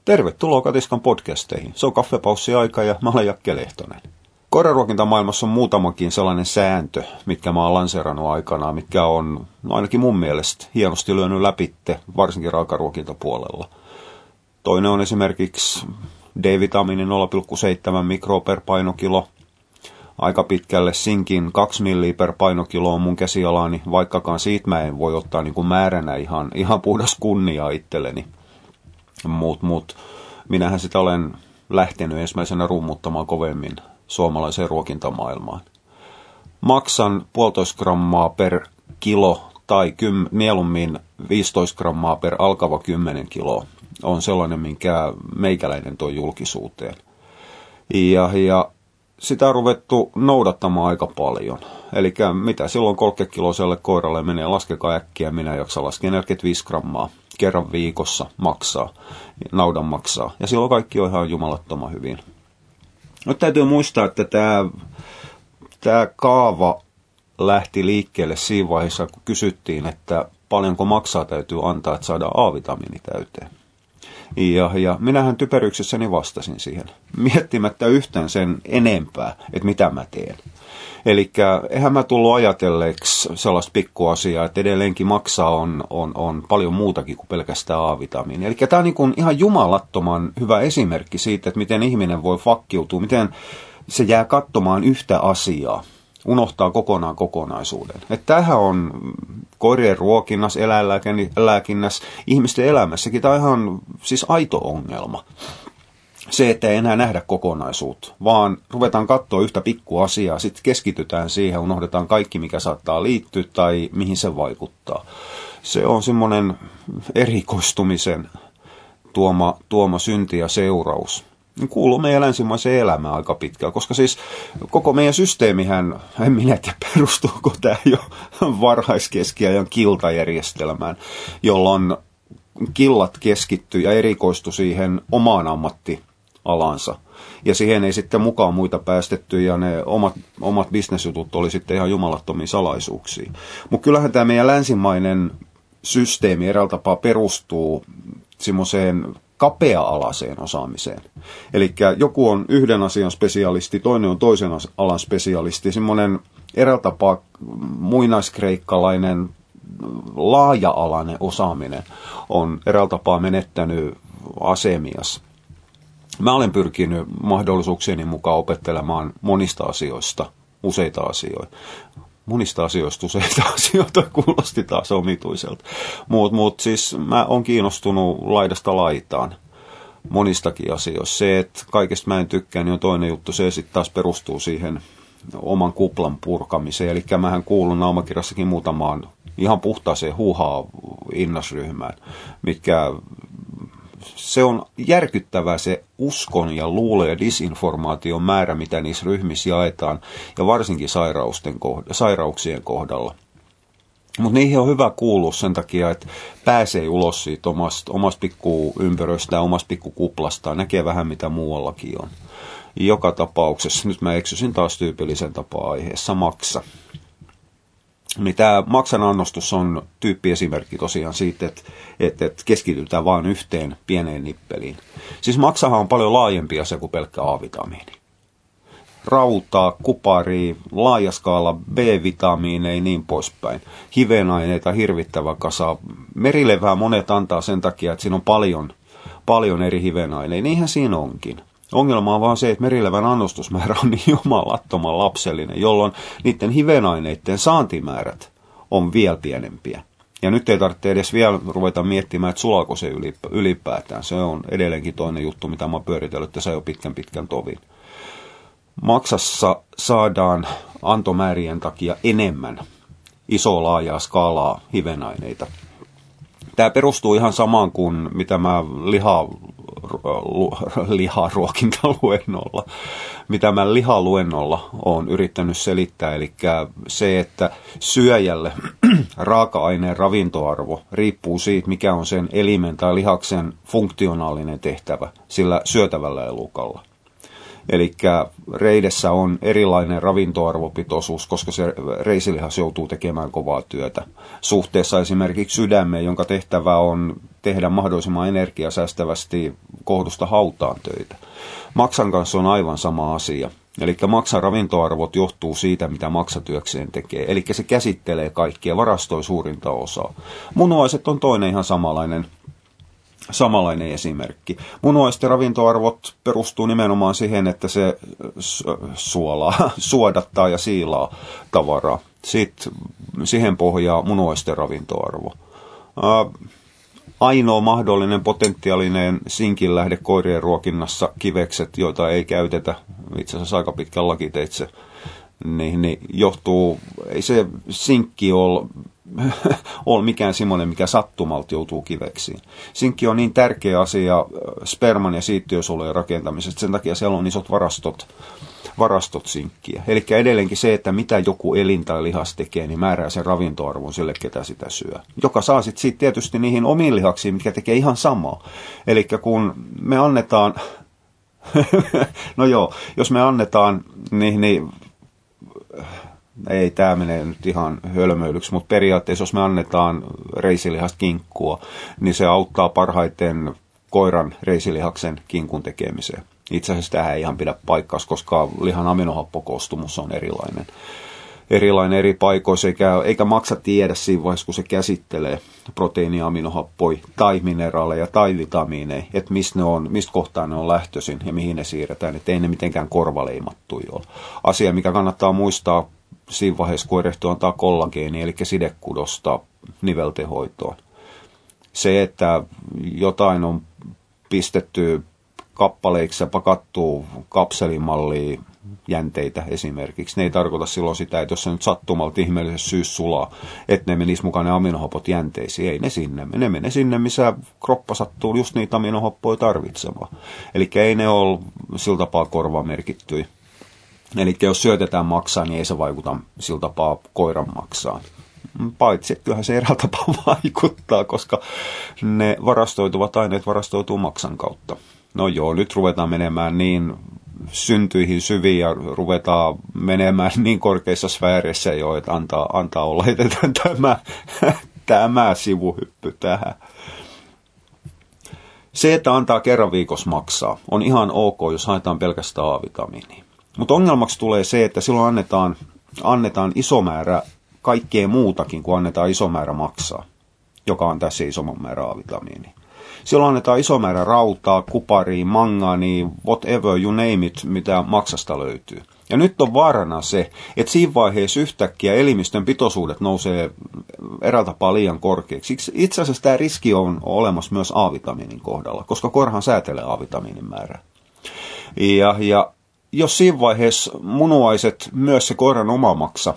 Tervetuloa Katiskan podcasteihin. Se on kaffepaussi-aika ja mä olen Jakke Lehtonen. Koiraruokintamaailmassa on muutamakin sellainen sääntö, mitkä mä oon lanseerannut aikanaan, mitkä on ainakin mun mielestä hienosti lyönyt läpitte, varsinkin raakaruokintapuolella. Toinen on esimerkiksi D-vitamiini 0,7 mikroa per painokilo. Aika pitkälle sinkin 2 milliä per painokilo on mun käsialani, vaikkakaan siitä mä en voi ottaa niin kuin määränä ihan puhdas kunniaa itselleni. Mut minähän sitä olen lähtenyt ensimmäisenä rummuttamaan kovemmin suomalaiseen ruokintamaailmaan. Maksan 1,5 grammaa per kilo tai mieluummin 15 grammaa per alkava 10 kiloa. On sellainen, minkä meikäläinen toi julkisuuteen. Ja sitä on ruvettu noudattamaan aika paljon. Eli mitä silloin 30-kiloselle koiralle menee, laskekaa äkkiä, minä jaksan laskea 45 grammaa. Kerran viikossa naudan maksaa. Ja silloin kaikki on ihan jumalattoman hyvin. Nyt täytyy muistaa, että tämä kaava lähti liikkeelle siinä vaiheessa, kun kysyttiin, että paljonko maksaa täytyy antaa, että saadaan A-vitamiini täyteen. Ja minähän typeryksessäni vastasin siihen, miettimättä yhtään sen enempää, että mitä mä teen. Eli eihän mä tullut ajatelleeksi sellaista pikkuasiaa, että edelleenkin maksaa on paljon muutakin kuin pelkästään A-vitamiini. Eli tämä on niin kuin ihan jumalattoman hyvä esimerkki siitä, että miten ihminen voi fakkiutua, miten se jää katsomaan yhtä asiaa, unohtaa kokonaan kokonaisuuden. Että tämähän on koirien ruokinnassa, eläinlääkinnässä, ihmisten elämässäkin. Tämä on ihan siis aito ongelma. Se, että ei enää nähdä kokonaisuutta, vaan ruvetaan katsoa yhtä pikkuasiaa, sitten keskitytään siihen, unohdetaan kaikki, mikä saattaa liittyä tai mihin se vaikuttaa. Se on semmoinen erikoistumisen tuoma synti ja seuraus. Kuuluu meidän länsimaiseen elämään aika pitkään, koska siis koko meidän systeemihän, en minä tiedä perustuuko tämä jo varhaiskeskiajan kiltajärjestelmään, jolloin killat keskittyy ja erikoistu siihen omaan ammattialansa. Ja siihen ei sitten mukaan muita päästetty ja ne omat bisnesjutut oli sitten ihan jumalattomia salaisuuksia. Mutta kyllähän tämä meidän länsimainen systeemi eräällä tapaa perustuu semmoiseen kapea-alaseen osaamiseen. Eli joku on yhden asian spesialisti, toinen on toisen alan spesialisti. Semmoinen eräällä tapaa muinaiskreikkalainen laaja-alainen osaaminen on eräällä tapaa menettänyt asemias. Mä olen pyrkinyt mahdollisuuksieni mukaan opettelemaan monista asioista useita asioita. Monista asioista useita asioita kuulosti taas omituiselta. Mut siis mä oon kiinnostunut laidasta laitaan monistakin asioista. Se, että kaikesta mä en tykkää, niin on toinen juttu. Se sitten taas perustuu siihen oman kuplan purkamiseen. Eli mähän kuulun Naumakirjassakin muutamaan ihan puhtaaseen huuhaa-innasryhmään, mitkä se on järkyttävää se uskon ja luulo ja disinformaation määrä, mitä niissä ryhmissä jaetaan, ja varsinkin sairauksien kohdalla. Mutta niihin on hyvä kuulua sen takia, että pääsee ulos siitä omasta pikkuympyröstään, omasta pikkukuplastaan, näkee vähän mitä muuallakin on. Joka tapauksessa, nyt mä eksysin taas tyypillisen tapaa aiheessa maksa. Niin tämä maksan annostus on tyyppiesimerkki tosiaan siitä, että keskitytään vain yhteen pieneen nippeliin. Siis maksahan on paljon laajempi asia kuin pelkkä A-vitamiini. Rautaa, kuparia, laaja skaala B-vitamiineja niin poispäin. Hivenaineita hirvittävä kasa. Merilevää monet antaa sen takia, että siinä on paljon eri hivenaineita. Niinhän siinä onkin. Ongelma on vaan se, että merilevän annostusmäärä on niin jumalattoman lapsellinen, jolloin niiden hivenaineiden saantimäärät on vielä pienempiä. Ja nyt ei tarvitse edes vielä ruveta miettimään, että sulaako se ylipäätään. Se on edelleenkin toinen juttu, mitä mä oon pyöritellyt tässä jo pitkän tovin. Maksassa saadaan antomäärien takia enemmän isoa laajaa skaalaa hivenaineita. Tämä perustuu ihan samaan kuin mitä mä lihaluennolla olen yrittänyt selittää. Eli se, että syöjälle raaka-aineen ravintoarvo riippuu siitä, mikä on sen elimen tai lihaksen funktionaalinen tehtävä sillä syötävällä elukalla. Eli reidessä on erilainen ravintoarvopitoisuus, koska se reisilihas joutuu tekemään kovaa työtä. Suhteessa esimerkiksi sydämeen, jonka tehtävä on tehdä mahdollisimman energiasäästävästi kohdusta hautaan töitä. Maksan kanssa on aivan sama asia. Eli maksan ravintoarvot johtuu siitä, mitä maksatyökseen tekee. Eli se käsittelee kaikkia, varastoi suurinta osaa. Munuaiset on toinen ihan samanlainen esimerkki. Munuaisten ravintoarvot perustuu nimenomaan siihen, että se suodattaa ja siilaa tavaraa. Sitten siihen pohjaa munuaisten ravintoarvo. Ainoa mahdollinen potentiaalinen sinkin lähde koirien ruokinnassa, kivekset, joita ei käytetä, itse asiassa aika pitkän lakiteitse, niin johtuu, ei se sinkki ole mikään semmoinen, mikä sattumalta joutuu kiveksiin. Sinkki on niin tärkeä asia sperman ja siittiösolujen rakentamisesta, sen takia siellä on isot varastot sinkkiä. Eli edelleenkin se, että mitä joku elin tai lihas tekee, niin määrää sen ravintoarvon sille, ketä sitä syö. Joka saa sitten siitä tietysti niihin omiin lihaksiin, mitkä tekee ihan samaa. Eli kun me annetaan, no joo, jos me annetaan niin ei tämä mene nyt ihan hölmöilyksi, mutta periaatteessa jos me annetaan reisilihasta kinkkua, niin se auttaa parhaiten koiran reisilihaksen kinkun tekemiseen. Itse asiassa tähän ei ihan pidä paikkaansa, koska lihan aminohappokoostumus on erilainen eri paikoissa, eikä maksa tiedä siinä vaiheessa, kun se käsittelee proteiinia, aminohappoja tai mineraaleja tai vitamiineja, että mistä kohtaa ne on lähtöisin ja mihin ne siirretään, että ei ne mitenkään korvaleimattuja ole. Asia, mikä kannattaa muistaa siinä vaiheessa, kun erehtyy antaa kollageenia, eli sidekudosta niveltehoitoon. Se, että jotain on pistetty kappaleiksi ja pakattuu kapselimalliin jänteitä esimerkiksi. Ne ei tarkoita silloin sitä, että jos se nyt sattumalta ihmeellisessä syyssä sulaa, että ne menisi mukaan ne aminohapot jänteisiin. Ei ne sinne. Ne menee sinne, missä kroppa sattuu just niitä aminohappoja tarvitsemaan. Eli ei ne ole sillä tapaa korvamerkittyjä. Eli jos syötetään maksaa, niin ei se vaikuta sillä tapaa koiran maksaan. Paitsi, että kyllähän se eräällä tapaa vaikuttaa, koska ne varastoituvat aineet varastoituu maksan kautta. No joo, nyt ruvetaan menemään niin syntyihin syviin ja ruvetaan menemään niin korkeissa sfääreissä jo, että antaa olla, heitetään tämä sivuhyppy tähän. Se, että antaa kerran viikossa maksaa, on ihan ok, jos haetaan pelkästään A-vitamiinia. Mutta ongelmaksi tulee se, että silloin annetaan iso määrä kaikkea muutakin, kun annetaan iso määrä maksaa, joka on tässä isomman määrä A-vitamiinia. Silloin annetaan iso määrä rautaa, kuparia, mangaania, whatever, you name it, mitä maksasta löytyy. Ja nyt on vaarana se, että siinä vaiheessa yhtäkkiä elimistön pitoisuudet nousee eräällä tapaa liian korkeaksi. Itse asiassa tämä riski on olemassa myös A-vitamiinin kohdalla, koska koirahan säätelee A-vitamiinin määrää. Ja jos siinä vaiheessa munuaiset, myös se koiran oma maksa,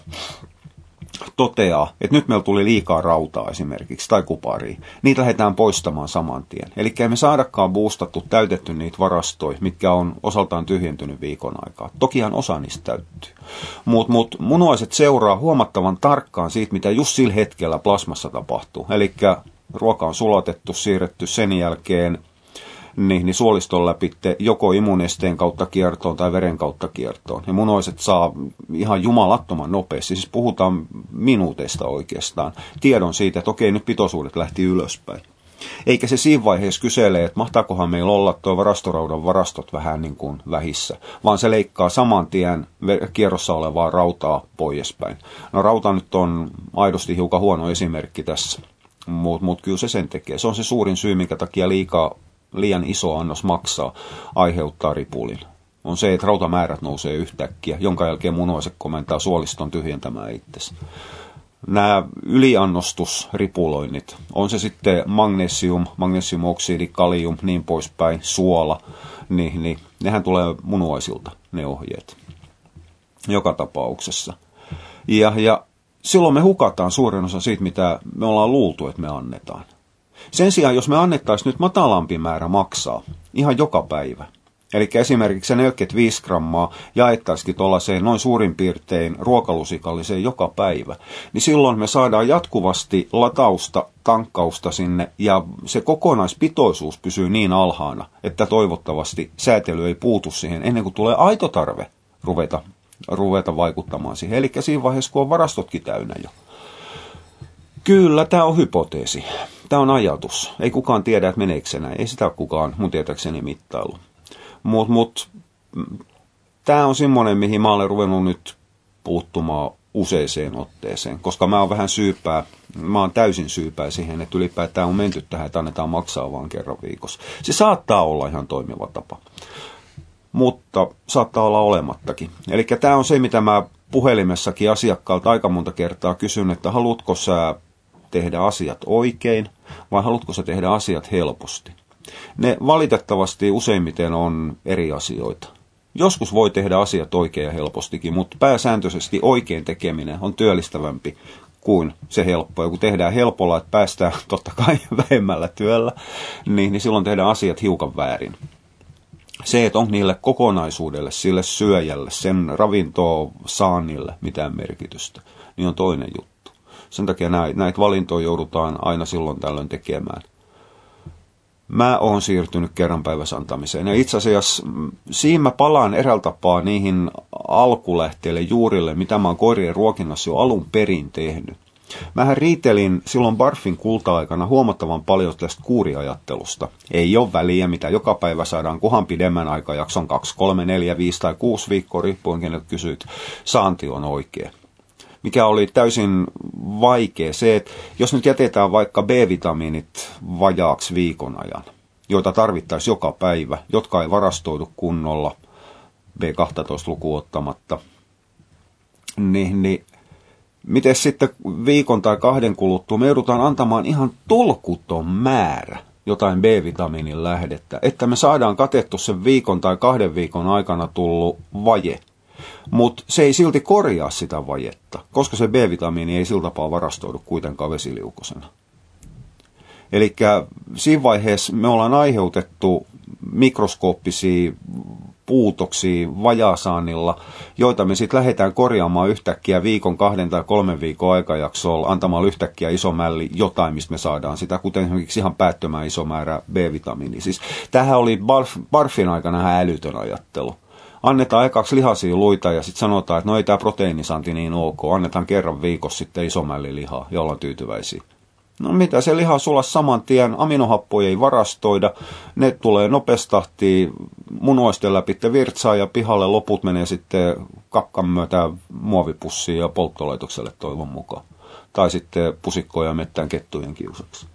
toteaa, että nyt meillä tuli liikaa rautaa esimerkiksi tai kuparia, niitä lähdetään poistamaan saman tien. Eli ei me saadakaan boostattu, täytetty niitä varastoja, mitkä on osaltaan tyhjentynyt viikon aikaa. Tokihan osa niistä täyttyy. Mutta munuaiset seuraa huomattavan tarkkaan siitä, mitä just sillä hetkellä plasmassa tapahtuu. Eli ruoka on sulatettu, siirretty sen jälkeen niin suoliston läpi joko immuunesteen kautta kiertoon tai veren kautta kiertoon. Ja munuaiset saa ihan jumalattoman nopeasti, siis puhutaan minuuteista oikeastaan, tiedon siitä, että okei, nyt pitoisuudet lähti ylöspäin. Eikä se siinä vaiheessa kysele, että mahtaakohan meillä olla tuo varastoraudan varastot vähän niin kuin vähissä, vaan se leikkaa saman tien kierrossa olevaa rautaa poispäin. No rauta nyt on aidosti hiukan huono esimerkki tässä, mutta kyllä se sen tekee. Se on se suurin syy, minkä takia liian iso annos maksaa, aiheuttaa ripulin. On se, että rautamäärät nousee yhtäkkiä, jonka jälkeen munuaiset komentaa suoliston tyhjentämään itsensä. Nämä yliannostusripuloinnit, on se sitten magnesiumoksidi, kalium, niin poispäin, suola, niin nehän tulee munuaisilta, ne ohjeet, joka tapauksessa. Ja silloin me hukataan suurin osa siitä, mitä me ollaan luultu, että me annetaan. Sen sijaan, jos me annettaisiin nyt matalampi määrä maksaa ihan joka päivä, eli esimerkiksi se 45 grammaa jaettaisikin tuollaiseen noin suurin piirtein ruokalusikalliseen joka päivä, niin silloin me saadaan jatkuvasti latausta, tankkausta sinne, ja se kokonaispitoisuus pysyy niin alhaana, että toivottavasti säätely ei puutu siihen ennen kuin tulee aito tarve ruveta vaikuttamaan siihen. Eli siinä vaiheessa, kun on varastotkin täynnä jo. Kyllä, tämä on hypoteesi. tämä on ajatus. Ei kukaan tiedä, että meneekö se näin. Ei sitä kukaan mun tietääkseni mittailu. Mutta tämä on semmoinen, mihin mä olen ruvennut nyt puuttumaan useiseen otteeseen, koska mä oon täysin syypää siihen, että ylipäätään on menty tähän, että annetaan maksaa vaan kerran viikossa. Se saattaa olla ihan toimiva tapa, mutta saattaa olla olemattakin. Eli tämä on se, mitä mä puhelimessakin asiakkaalta aika monta kertaa kysyn, että haluatko sä tehdä asiat oikein vai haluatko sä tehdä asiat helposti. Ne valitettavasti useimmiten on eri asioita. Joskus voi tehdä asiat oikein ja helpostikin, mutta pääsääntöisesti oikein tekeminen on työllistävämpi kuin se helppo. Ja kun tehdään helpolla, että päästään totta kai vähemmällä työllä, niin silloin tehdään asiat hiukan väärin. Se, että on niille kokonaisuudelle, sille syöjälle, sen ravintoon saannille mitään merkitystä, niin on toinen juttu. Sen takia näitä valintoja joudutaan aina silloin tällöin tekemään. Mä oon siirtynyt kerran päivässä antamiseen. Ja itse asiassa siinä mä palaan eräällä tapaa niihin alkulähteille, juurille, mitä mä oon koirien ruokinnassa jo alun perin tehnyt. Mähän riitelin silloin Barfin kulta-aikana huomattavan paljon tästä kuuriajattelusta. Ei ole väliä, mitä joka päivä saadaan, kunhan pidemmän aikajakson 2, 3, 4, 5 tai 6 viikkoa, riippuen keneltä kysyt, saanti on oikea. Mikä oli täysin vaikea se, että jos nyt jätetään vaikka B-vitamiinit vajaaksi viikon ajan, joita tarvittaisiin joka päivä, jotka ei varastoidu kunnolla, B12 lukuun ottamatta, niin miten sitten viikon tai 2 kuluttua me joudutaan antamaan ihan tolkuton määrä jotain B-vitamiinin lähdettä, että me saadaan katettu sen viikon tai 2 viikon aikana tullut vaje. Mutta se ei silti korjaa sitä vajetta, koska se B-vitamiini ei sillä tapaa varastoidu kuitenkaan vesiliukosena. Eli siinä vaiheessa me ollaan aiheutettu mikroskooppisia puutoksia vajaasaannilla, joita me sitten lähdetään korjaamaan yhtäkkiä viikon, 2 tai 3 viikon aikajaksolla antamalla yhtäkkiä iso mälli jotain, mistä me saadaan sitä, kuten esimerkiksi ihan päättömään iso määrä B-vitamiinia. Siis tämähän oli Barfin aikana ihan älytön ajattelu. Annetaan ekaksi lihaisia luita ja sitten sanotaan, että no ei tämä proteiinisaanti niin ok. Annetaan kerran viikossa sitten iso mälli lihaa ja ollaan tyytyväisiä. No mitä, se liha sulas saman tien, aminohappoja ei varastoida, ne tulee nopeasti munuaisten läpi virtsaa ja pihalle loput menee sitten kakkan myötä muovipussiin ja polttolaitokselle toivon mukaan. Tai sitten pusikkoja mettään kettujen kiusaksi.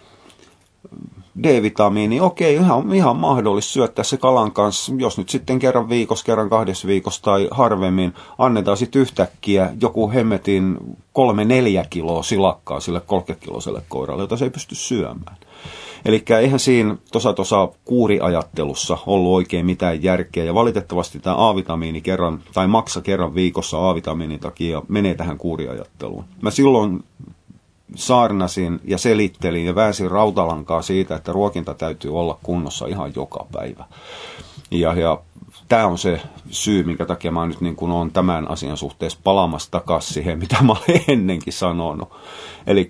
D-vitamiini, okei, ihan mahdollista syöttää se kalan kanssa, jos nyt sitten kerran viikossa, kerran 2 viikossa tai harvemmin annetaan sitten yhtäkkiä joku hemmetin 3-4 kiloa silakkaa sille 30-kiloselle koiralle, jota se ei pysty syömään. Eli eihän siinä tuossa kuuriajattelussa ollut oikein mitään järkeä, ja valitettavasti tämä A-vitamiini kerran, tai maksa kerran viikossa A-vitamiinin takia menee tähän kuuriajatteluun. Mä silloin saarnasin ja selittelin ja väänsin rautalankaa siitä, että ruokinta täytyy olla kunnossa ihan joka päivä. Ja tämä on se syy, minkä takia mä nyt niin kuin olen tämän asian suhteessa palaamassa takaisin siihen, mitä mä olen ennenkin sanonut. Eli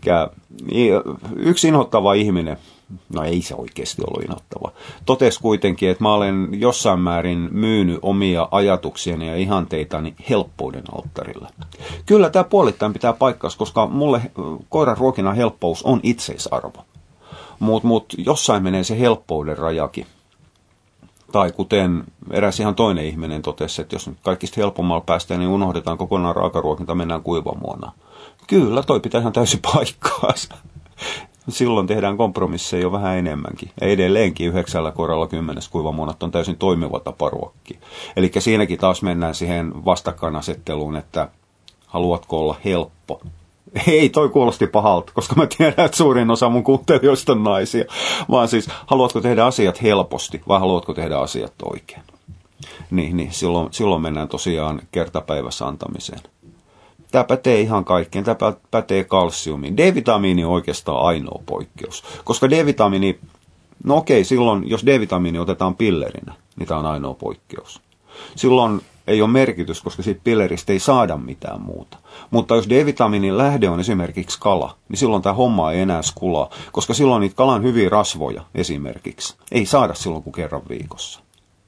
yksi inhottava ihminen, no ei se oikeasti ollut inhottava, totesi kuitenkin, että mä olen jossain määrin myynyt omia ajatuksiani ja ihanteitani helppouden alttarilla. Kyllä tämä puolittain pitää paikkaansa, koska mulle koiran ruokinnan helppous on itseisarvo. Mut jossain menee se helppouden rajakin. Tai kuten eräs ihan toinen ihminen totesi, että jos nyt kaikista helpommalla päästään, niin unohdetaan kokonaan raakaruokinta, mennään kuivamuonaan. Kyllä, toi pitää ihan täysin paikkaansa. Silloin tehdään kompromisseja jo vähän enemmänkin. Ja edelleenkin 9 koiralla 10 kuivamuonat on täysin toimiva tapa ruokkia. Eli siinäkin taas mennään siihen vastakkainasetteluun, että haluatko olla helppo. Ei, toi kuulosti pahalta, koska mä tiedän, että suurin osa mun kuuntelijoista on naisia. Vaan siis, haluatko tehdä asiat helposti vai haluatko tehdä asiat oikein? Niin silloin mennään tosiaan kertapäivässä antamiseen. Tämä pätee ihan kaikkeen. Tämä pätee kalsiumiin. D-vitamiini on oikeastaan ainoa poikkeus. Koska D-vitamiini, no okei, silloin jos D-vitamiini otetaan pillerinä, niin tämä on ainoa poikkeus. Silloin ei ole merkitys, koska siitä pilleristä ei saada mitään muuta. Mutta jos D-vitamiinin lähde on esimerkiksi kala, niin silloin tämä homma ei enää skulaa, koska silloin niitä kalan hyviä rasvoja esimerkiksi ei saada silloin kuin kerran viikossa.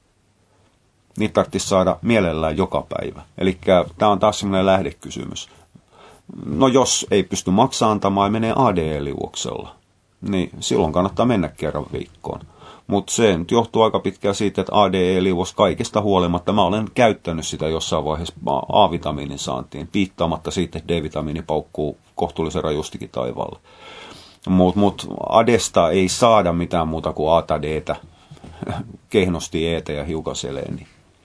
Niitä tarvitsisi saada mielellään joka päivä. Eli tämä on taas semmoinen lähdekysymys. No jos ei pysty maksaa antamaan, menee ADE-liuoksella. niin silloin kannattaa mennä kerran viikkoon. Mutta se nyt johtuu aika pitkään siitä, että ADE-liuos kaikesta huolimatta, mä olen käyttänyt sitä jossain vaiheessa A-vitamiinin saantiin, piittaamatta siitä, että D-vitamiini paukkuu kohtuullisen rajustikin taivaalle. Mutta ADesta ei saada mitään muuta kuin A D:tä, kehnosti E:tä ja hiukan seleeniä.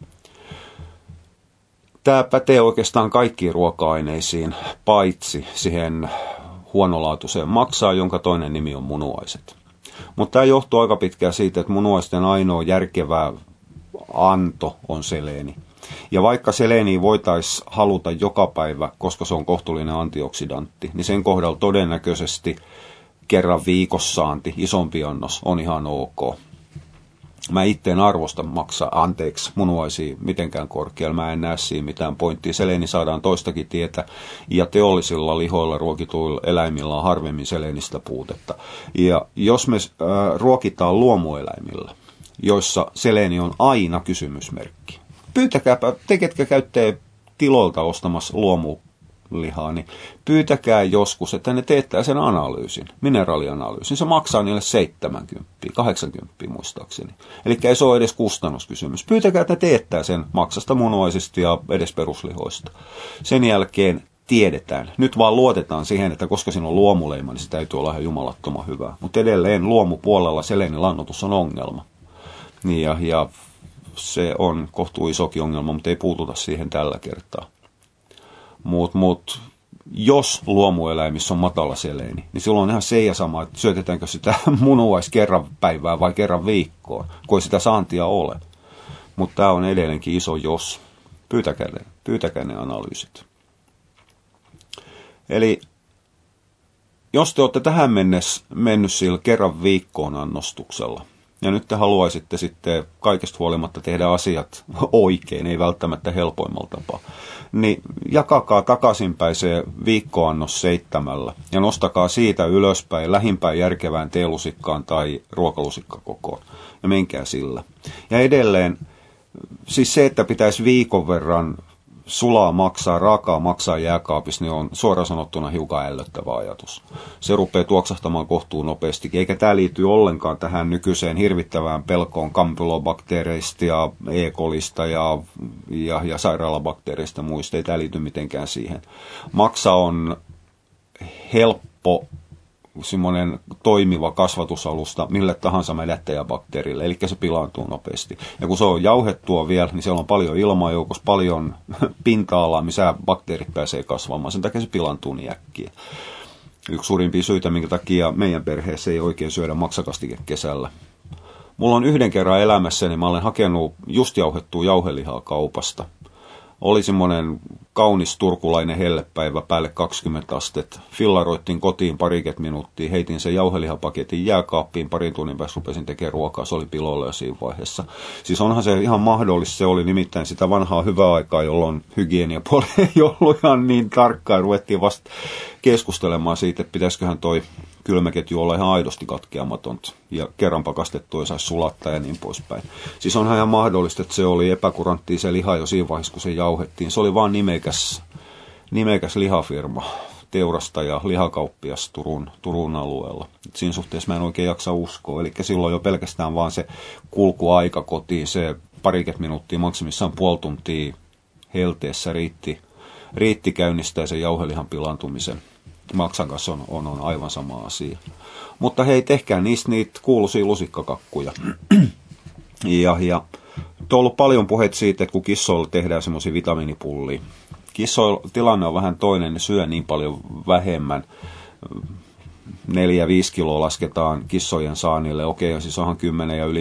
Tämä pätee oikeastaan kaikkiin ruoka-aineisiin, paitsi siihen huonolaatuiseen maksaan, jonka toinen nimi on munuaiset. Mutta tämä johtuu aika pitkään siitä, että munuaisten ainoa järkevä anto on seleeni. Ja vaikka seleeniä voitaisiin haluta joka päivä, koska se on kohtuullinen antioksidantti, niin sen kohdalla todennäköisesti kerran viikossa saanti, isompi annos, on ihan ok. Mä itse en arvosta munuaisia mitenkään korkealla. Mä en näe siinä mitään pointtia. Seleeni saadaan toistakin tietä, ja teollisilla lihoilla ruokituilla eläimillä on harvemmin seleenistä puutetta. Ja jos me ruokitaan luomueläimillä, joissa seleeni on aina kysymysmerkki. Pyytäkääpä, te ketkä käytte tiloilta ostamassa luomulihaa, niin pyytäkää joskus, että ne teettää sen analyysin, mineraalianalyysin. Se maksaa niille 70, 80 muistaakseni. Eli ei se ole edes kustannuskysymys. Pyytäkää, että ne teettää sen maksasta, munuaisista ja edes peruslihoista. Sen jälkeen tiedetään. Nyt vaan luotetaan siihen, että koska siinä on luomuleima, niin se täytyy olla ihan jumalattoman hyvää. Mutta edelleen luomupuolella seleenilannoitus on ongelma. Ja se on kohtuu isokin ongelma, mutta ei puututa siihen tällä kertaa. Mut jos luomueläimissä on matala seleeni, niin silloin on ihan se ja sama, että syötetäänkö sitä munuais kerran päivää vai kerran viikkoon, kun ei sitä saantia ole. Mutta tämä on edelleenkin iso jos. Pyytäkää ne analyysit. Eli jos te olette tähän mennessä mennyt sillä kerran viikkoon annostuksella, ja nyt te haluaisitte sitten kaikesta huolimatta tehdä asiat oikein, ei välttämättä helpoimmalla tapaa, niin jakakaa takaisinpäin se viikkoannos 7 ja nostakaa siitä ylöspäin lähimpään järkevään teelusikkaan tai ruokalusikkakokoon ja menkää sillä. Ja edelleen, siis se, että pitäisi viikon verran sulaa maksaa, raakaa maksaa jääkaapissa, niin on suoraan sanottuna hiukan ällöttävä ajatus. Se rupeaa tuoksahtamaan kohtuun nopeasti, eikä tämä liity ollenkaan tähän nykyiseen hirvittävään pelkoon kampylobakteereista ja E. colista ja sairaalabakteereista ja muista. Ei tämä liity mitenkään siihen. Maksa on helppo semmoinen toimiva kasvatusalusta mille tahansa mädättäjäbakteerille, eli se pilaantuu nopeasti. Ja kun se on jauhettua vielä, niin siellä on paljon ilmaa joukossa, paljon pinta-alaa, missä bakteerit pääsee kasvamaan. Sen takia se pilaantuu niin äkkiä. Yksi suurimpia syitä, minkä takia meidän perheessä ei oikein syödä maksakastike kesällä. Mulla on yhden kerran elämässäni, mä olen hakenut just jauhettua jauhelihaa kaupasta. Oli semmoinen kaunis turkulainen hellepäivä, päälle 20 astetta. Fillaroittiin kotiin parikymmentä minuuttia, heitin sen jauhelihapaketin jääkaappiin, parin tunnin päästä rupesin tekemään ruokaa, se oli piloilla jo siinä vaiheessa. Siis onhan se ihan mahdollista, se oli nimittäin sitä vanhaa hyvää aikaa, jolloin hygieniapuoli ei ollut ihan niin tarkkaa, ruvettiin vasta keskustelemaan siitä, että pitäisiköhän toi kylmäketju olla ihan aidosti katkeamatonta ja kerran pakastettua ei saisi sulattaa ja niin poispäin. Siis onhan ihan mahdollista, että se oli epäkuranttia se liha jo siinä vaiheessa, kun se jauhettiin. Se oli vaan nimekäs lihafirma, teurastaja, lihakauppias Turun alueella. Et siinä suhteessa mä en oikein jaksa uskoa. Eli silloin jo pelkästään vaan se kulkuaika kotiin, se parikymmentä minuuttia, maksimissaan puoli tuntia helteessä riitti käynnistää sen jauhelihan pilaantumisen. Maksan kanssa on aivan sama asia. Mutta hei, tehkää niitä kuuluisia lusikkakakkuja. ja on ollut paljon puhetta siitä, että kun kissoilla tehdään semmoisia vitamiinipullia. Kissoilla tilanne on vähän toinen, ne syö niin paljon vähemmän. 4-5 kiloa lasketaan kissojen saannille. Okei, siis onhan 10 ja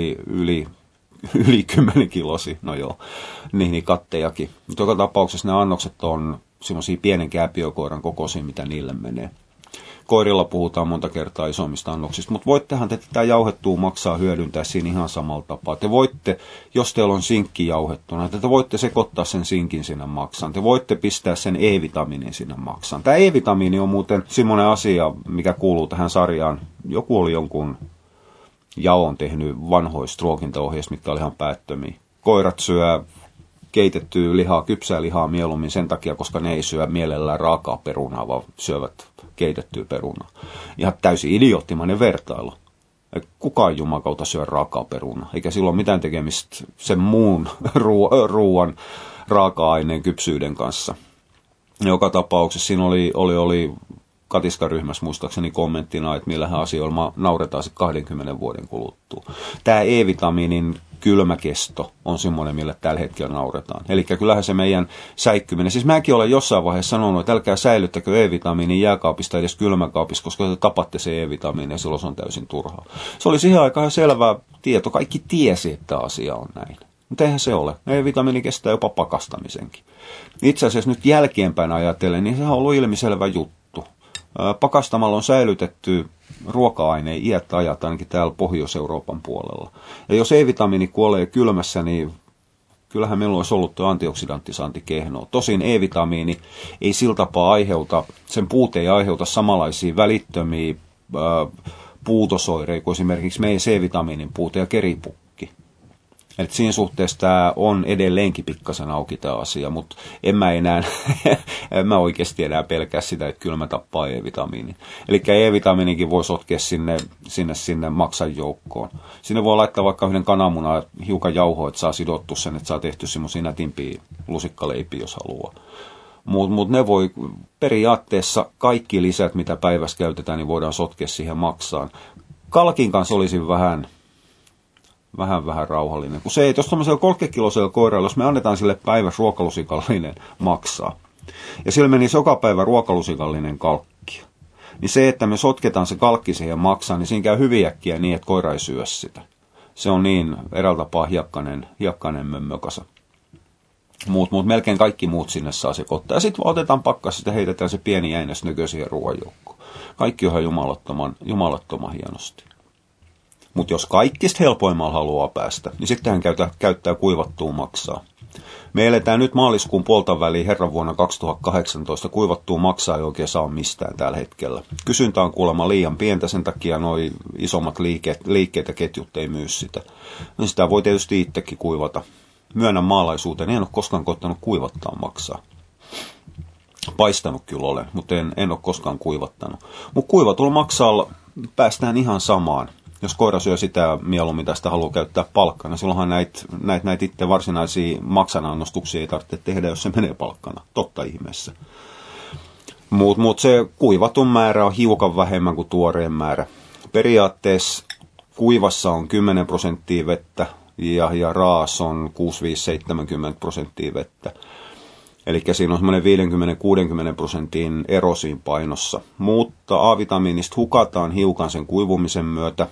yli 10 kilosi, no joo, niin kattejakin. Mutta joka tapauksessa ne annokset on semmoisia pienen kääpiökoiran kokoisia, mitä niille menee. Koirilla puhutaan monta kertaa isommista annoksista, mutta voittehan te tätä jauhettua maksaa hyödyntää siinä ihan samalla tapaa. Te voitte, jos teillä on sinkki jauhettuna, te voitte sekoittaa sen sinkin sinne maksaan. Te voitte pistää sen E-vitamiinin sinne maksaan. Tämä E-vitamiini on muuten semmoinen asia, mikä kuuluu tähän sarjaan. Joku oli jonkun jaon tehnyt vanhoista ruokintaohjeista, mitkä oli ihan päättömiä. Koirat syö keitettyä lihaa, kypsää lihaa mieluummin sen takia, koska ne ei syö mielellään raakaa perunaa, vaan syövät keitettyä perunaa. Ihan täysin idioottimainen vertailu. Kukaan jumakauta syö raakaa perunaa, eikä sillä ole mitään tekemistä sen muun ruoan raaka-aineen kypsyyden kanssa. Joka tapauksessa siinä oli katiskaryhmässä muistaakseni kommenttina, että millähän asioilla nauretaan sitten 20 vuoden kuluttua. Tämä E-vitamiinin kylmäkesto on semmoinen, millä tällä hetkellä nauretaan. Eli kyllähän se meidän säikkyminen, siis mäkin olen jossain vaiheessa sanonut, että älkää säilyttäkö E-vitamiinin jääkaapista edes kylmäkaapista, koska te tapatte se E-vitamiini ja silloin se on täysin turhaa. Se oli siihen aikaan selvä tieto, kaikki tiesi, että asia on näin. Mutta eihän se ole. E-vitamiini kestää jopa pakastamisenkin. Itse asiassa nyt jälkeenpäin ajatellen, niin sehän on ollut ilmiselvä juttu. Pakastamalla on säilytetty ruoka-aineen iät ajat, ainakin täällä Pohjois-Euroopan puolella. Ja jos E-vitamiini kuolee kylmässä, niin kyllähän meillä olisi ollut tuo antioksidanttisaanti kehnoa. Tosin E-vitamiini ei sillä tapaa aiheuta, sen puute ei aiheuta samanlaisia välittömiä puutosoireita kuin esimerkiksi meidän C-vitamiinin puute ja keripukki. Eli siinä suhteessa tämä on edelleenkin pikkasen auki tämä asia, mutta en mä oikeasti enää pelkää sitä, että kylmä tappaa E-vitamiinin. Eli E-vitamiinikin voi sotkea sinne maksan joukkoon. Sinne voi laittaa vaikka yhden kananmunan hiukan jauhoa, että saa sidottu sen, että saa tehty semmoisia nätimpiä lusikkaleipiä, jos haluaa. Mutta ne voi periaatteessa kaikki lisät, mitä päivässä käytetään, niin voidaan sotkea siihen maksaan. Kalkin kanssa olisi vähän rauhallinen. Kun se, jos tuollaisella 30-kilosella koiralla, jos me annetaan sille päivässä ruokalusikallinen maksaa, ja sillä menisi joka päivä ruokalusikallinen kalkki, niin se, että me sotketaan se kalkki siihen maksaan, niin siinä käy hyvin äkkiä niin, että koira ei syö sitä. Se on niin eräällä tapaa hiekkainen mömmökasa. Muut, melkein kaikki muut sinne saa sekoittaa. Ja sitten otetaan pakkasta ja heitetään se pieni jäinäsnökö siihen ruoanjoukkoon. Kaikki on jumalattoman hienosti. Mutta jos kaikista helpoimmalla haluaa päästä, niin sitten hän käyttää kuivattua maksaa. Me eletään nyt maaliskuun puolta väliin herran vuonna 2018. Kuivattua maksaa ei oikein saa mistään tällä hetkellä. Kysyntä on kuulemma liian pientä, sen takia noi isommat liikkeet ja ketjut ei myy sitä. No sitä voi tietysti itsekin kuivata. Myönnän maalaisuuteen, en ole koskaan koittanut kuivattaa maksaa. Paistanut kyllä olen, mutta en ole koskaan kuivattanut. Mutta kuivatulla maksalla päästään ihan samaan. Jos koira syö sitä mieluummin, mitä sitä haluaa käyttää palkkana, silloinhan näitä itse varsinaisia maksanannostuksia ei tarvitse tehdä, jos se menee palkkana. Totta ihmeessä. Mut se kuivatun määrä on hiukan vähemmän kuin tuoreen määrä. Periaatteessa kuivassa on 10% vettä ja raas on 65-70% vettä. Eli siinä on semmoinen 50-60% ero siinä painossa. Mutta A-vitamiinista hukataan hiukan sen kuivumisen myötä.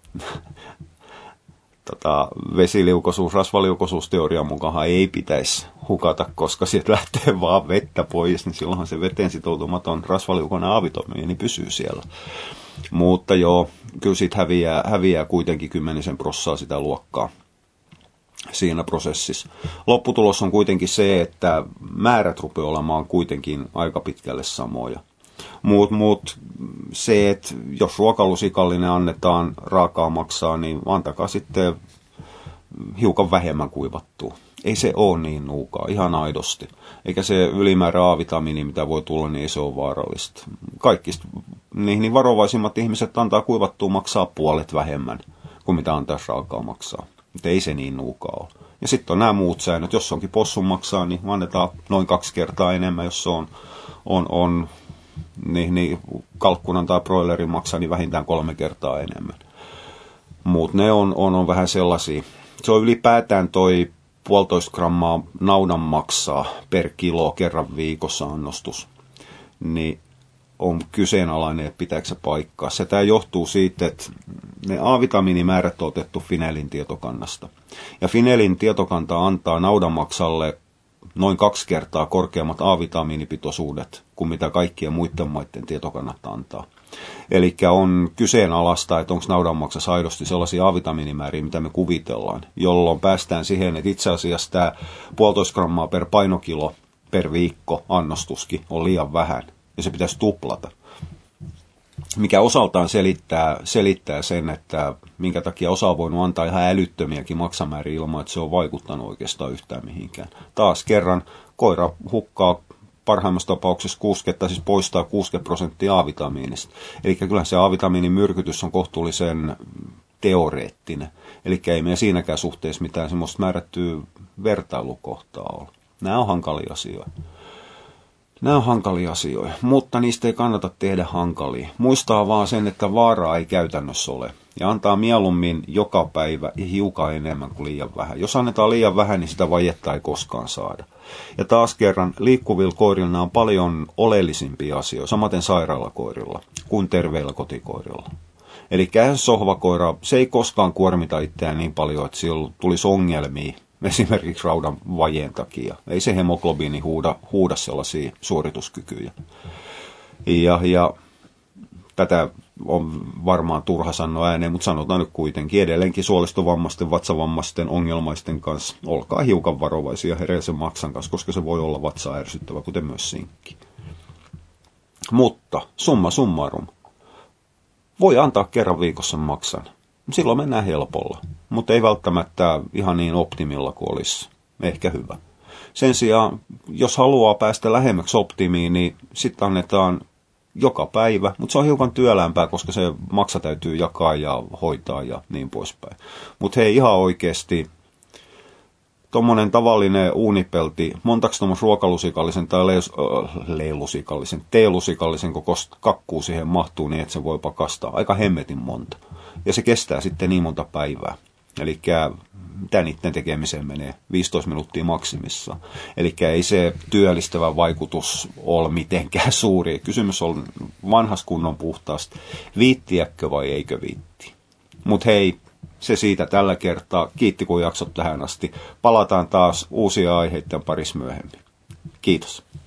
Rasvaliukoisuusteorian mukaan ei pitäisi hukata, koska sieltä lähtee vaan vettä pois, niin silloinhan se veteen sitoutumaton rasvaliukoinen A-vitamiini pysyy siellä. Mutta joo, kyllä siitä häviää kuitenkin 10% sitä luokkaa siinä prosessissa. Lopputulos on kuitenkin se, että määrät rupeaa olemaan kuitenkin aika pitkälle samoja. Mut se, että jos ruokalusikallinen annetaan raakaa maksaa, niin antakaa sitten hiukan vähemmän kuivattua. Ei se ole niin nuukaa, ihan aidosti. Eikä se ylimäärä A-vitamiini, mitä voi tulla, niin ei se ole vaarallista. Kaikista niin varovaisimmat ihmiset antaa kuivattua maksaa puolet vähemmän kuin mitä antaa raakaa maksaa. Mutta ei se niin nuukaa ole. Ja sitten on nämä muut säännöt. Jos onkin possun maksaa, niin annetaan noin 2 kertaa enemmän. Jos se on niin kalkkunan tai broilerin maksaa, niin vähintään 3 kertaa enemmän. Mutta ne on vähän sellaisia. Se on ylipäätään toi 1,5 grammaa naudan maksaa per kilo kerran viikossa annostus. Niin on kyseenalainen, että pitääkö se paikkaa. Se tämä johtuu siitä, että ne A-vitamiinimäärät on otettu Finelin tietokannasta. Ja Finelin tietokanta antaa naudanmaksalle noin 2 kertaa korkeammat A-vitamiinipitoisuudet kuin mitä kaikkien muiden maiden tietokannat antaa. Eli on kyseenalaista, että onko naudanmaksassa aidosti sellaisia A-vitamiinimääriä, mitä me kuvitellaan, jolloin päästään siihen, että itse asiassa tämä 1,5 grammaa per painokilo per viikko annostuskin on liian vähän. Ja se pitäisi tuplata. mikä osaltaan selittää sen, että minkä takia osa on voinut antaa ihan älyttömiäkin maksamääriä ilman, että se on vaikuttanut oikeastaan yhtään mihinkään. Taas kerran koira hukkaa parhaimmassa tapauksessa siis poistaa 60% A-vitamiinista. Eli kyllä se A-vitamiinin myrkytys on kohtuullisen teoreettinen. Eli ei meidän siinäkään suhteessa mitään semmoista määrättyä vertailukohtaa ole. Nämä on hankalia asioita, mutta niistä ei kannata tehdä hankalia. Muistaa vaan sen, että vaaraa ei käytännössä ole. Ja antaa mieluummin joka päivä hiukan enemmän kuin liian vähän. Jos annetaan liian vähän, niin sitä vajetta ei koskaan saada. Ja taas kerran, liikkuvilla koirilla nämä on paljon oleellisimpia asioita, samaten sairaalakoirilla kuin terveillä kotikoirilla. Eli sohvakoira, se ei koskaan kuormita itseään niin paljon, että sillä tulisi ongelmia esimerkiksi raudan vajeen takia. Ei se hemoglobiini huuda sellaisia suorituskykyjä. Ja tätä on varmaan turha sanoa ääneen, mutta sanotaan nyt kuitenkin edelleenkin suolistovammaisten, vatsavammaisten, ongelmaisten kanssa. Olkaa hiukan varovaisia hereisen maksan kanssa, koska se voi olla vatsaa ärsyttävä, kuten myös sinkki. Mutta summa summarum. Voi antaa kerran viikossa maksan. Silloin mennään helpolla, mutta ei välttämättä ihan niin optimilla kuin olisi ehkä hyvä. Sen sijaan, jos haluaa päästä lähemmäksi optimiin, niin sitten annetaan joka päivä, mutta se on hiukan työlämpää, koska se maksa täytyy jakaa ja hoitaa ja niin poispäin. Mutta hei, ihan oikeasti, tuommoinen tavallinen uunipelti, montaks tuommoisen ruokalusikallisen tai teelusikallisen kokoista kakkuu siihen mahtuu niin, että se voi pakastaa aika hemmetin monta. Ja se kestää sitten niin monta päivää. Eli mitä niiden tekemiseen menee? 15 minuuttia maksimissaan. Eli ei se työllistävä vaikutus ole mitenkään suuri. Kysymys on vanhas kunnon puhtaasta. Viittiäkö vai eikö viitti? Mutta hei, se siitä tällä kertaa. Kiitti kun jaksot tähän asti. Palataan taas uusia aiheiden parissa myöhemmin. Kiitos.